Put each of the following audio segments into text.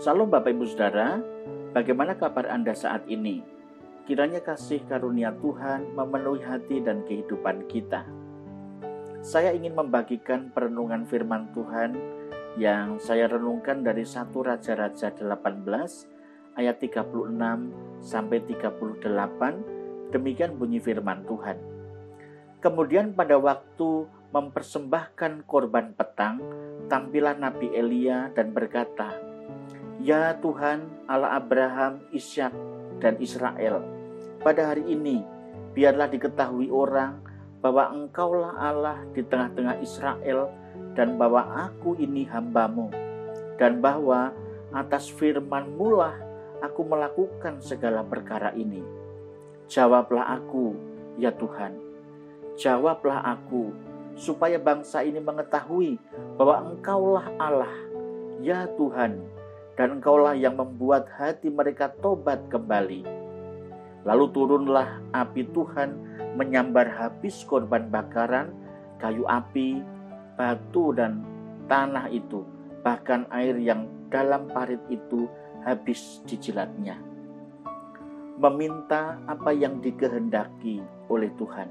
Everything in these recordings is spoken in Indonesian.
Salam Bapak Ibu Saudara, bagaimana kabar Anda saat ini? Kiranya kasih karunia Tuhan memenuhi hati dan kehidupan kita. Saya ingin membagikan perenungan firman Tuhan yang saya renungkan dari 1 Raja-Raja 18 ayat 36 sampai 38. Demikian bunyi firman Tuhan. Kemudian pada waktu mempersembahkan korban petang, tampillah Nabi Elia dan berkata, "Ya Tuhan, Allah Abraham, Ishak, dan Israel, pada hari ini biarlah diketahui orang bahwa Engkaulah Allah di tengah-tengah Israel, dan bahwa aku ini hamba-Mu, dan bahwa atas firman-Mu lah aku melakukan segala perkara ini. Jawablah aku, ya Tuhan, jawablah aku, supaya bangsa ini mengetahui bahwa Engkaulah Allah, ya Tuhan, dan Engkaulah yang membuat hati mereka tobat kembali." Lalu turunlah api Tuhan menyambar habis korban bakaran, kayu api, batu dan tanah itu, bahkan air yang dalam parit itu habis dijilatnya. Meminta apa yang dikehendaki oleh Tuhan.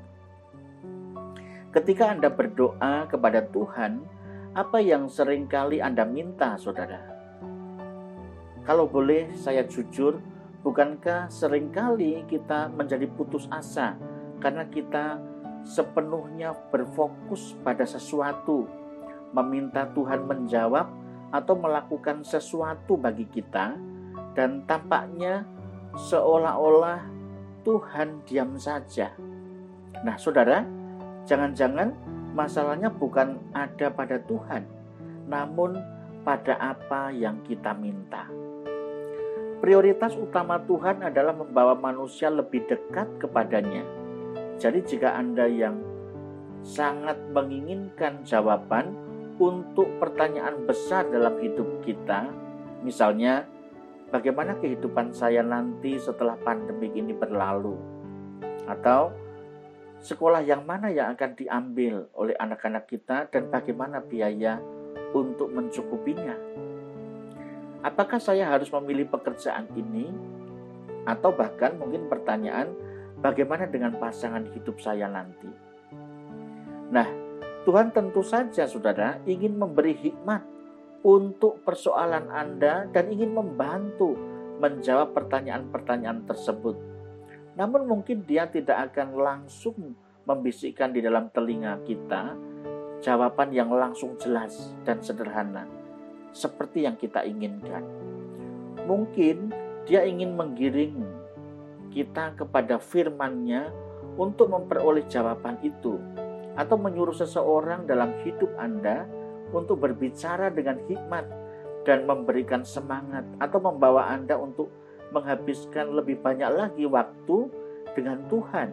Ketika Anda berdoa kepada Tuhan, apa yang seringkali Anda minta, saudara? Kalau boleh saya jujur, bukankah seringkali kita menjadi putus asa karena kita sepenuhnya berfokus pada sesuatu, meminta Tuhan menjawab atau melakukan sesuatu bagi kita, dan tampaknya seolah-olah Tuhan diam saja. Nah, saudara, jangan-jangan masalahnya bukan ada pada Tuhan, namun pada apa yang kita minta. Prioritas utama Tuhan adalah membawa manusia lebih dekat kepadanya. Jadi jika Anda yang sangat menginginkan jawaban untuk pertanyaan besar dalam hidup kita, misalnya, bagaimana kehidupan saya nanti setelah pandemi ini berlalu? Atau sekolah yang mana yang akan diambil oleh anak-anak kita dan bagaimana biaya untuk mencukupinya? Apakah saya harus memilih pekerjaan ini? Atau bahkan mungkin pertanyaan, bagaimana dengan pasangan hidup saya nanti? Nah, Tuhan tentu saja, saudara, ingin memberi hikmat untuk persoalan Anda dan ingin membantu menjawab pertanyaan-pertanyaan tersebut. Namun mungkin Dia tidak akan langsung membisikkan di dalam telinga kita jawaban yang langsung jelas dan sederhana seperti yang kita inginkan. Mungkin Dia ingin menggiring kita kepada firman-Nya untuk memperoleh jawaban itu, atau menyuruh seseorang dalam hidup Anda untuk berbicara dengan hikmat dan memberikan semangat, atau membawa Anda untuk menghabiskan lebih banyak lagi waktu dengan Tuhan.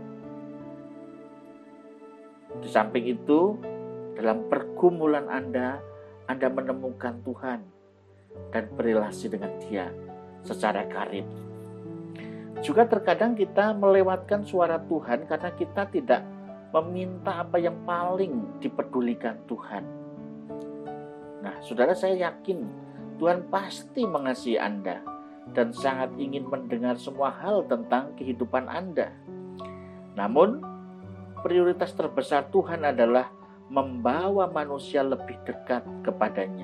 Di samping itu, dalam pergumulan Anda menemukan Tuhan dan berrelasi dengan Dia secara karib. Juga terkadang kita melewatkan suara Tuhan karena kita tidak meminta apa yang paling dipedulikan Tuhan. Nah, saudara, saya yakin Tuhan pasti mengasihi Anda dan sangat ingin mendengar semua hal tentang kehidupan Anda. Namun, prioritas terbesar Tuhan adalah membawa manusia lebih dekat kepadanya.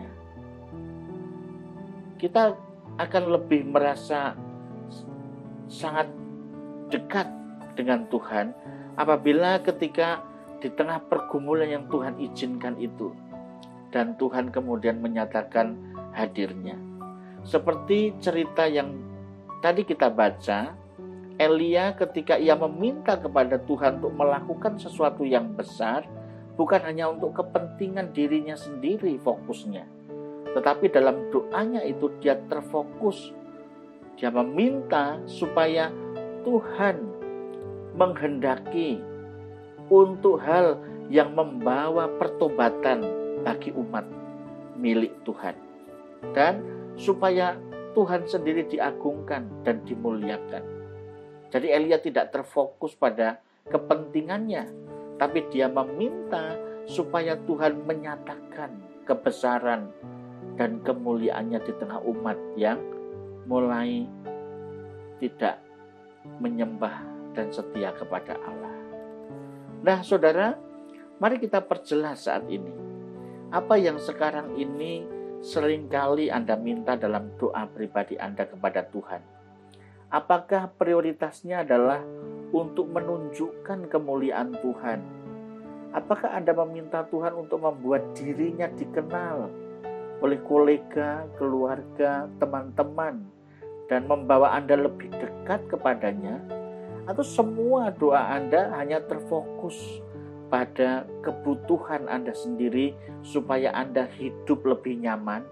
Kita akan lebih merasa sangat dekat dengan Tuhan apabila ketika di tengah pergumulan yang Tuhan izinkan itu, dan Tuhan kemudian menyatakan hadirnya. Seperti cerita yang tadi kita baca, Elia ketika ia meminta kepada Tuhan untuk melakukan sesuatu yang besar, bukan hanya untuk kepentingan dirinya sendiri fokusnya, tetapi dalam doanya itu dia terfokus. Dia meminta supaya Tuhan menghendaki untuk hal yang membawa pertobatan bagi umat milik Tuhan, dan supaya Tuhan sendiri diagungkan dan dimuliakan. Jadi Elia tidak terfokus pada kepentingannya, tapi dia meminta supaya Tuhan menyatakan kebesaran dan kemuliaannya di tengah umat yang mulai tidak menyembah dan setia kepada Allah. Nah, saudara, mari kita perjelas saat ini. Apa yang sekarang ini seringkali Anda minta dalam doa pribadi Anda kepada Tuhan? Apakah prioritasnya adalah untuk menunjukkan kemuliaan Tuhan? Apakah Anda meminta Tuhan untuk membuat dirinya dikenal oleh kolega, keluarga, teman-teman, dan membawa Anda lebih dekat kepadanya? Atau semua doa Anda hanya terfokus pada kebutuhan Anda sendiri supaya Anda hidup lebih nyaman?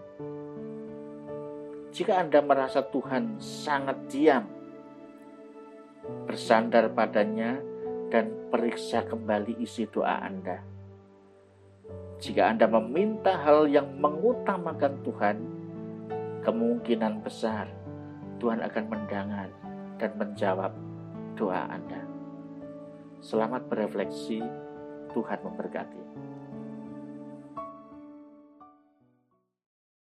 Jika Anda merasa Tuhan sangat diam, bersandar padanya dan periksa kembali isi doa Anda. Jika Anda meminta hal yang mengutamakan Tuhan, kemungkinan besar Tuhan akan mendengar dan menjawab doa Anda. Selamat berefleksi, Tuhan memberkati.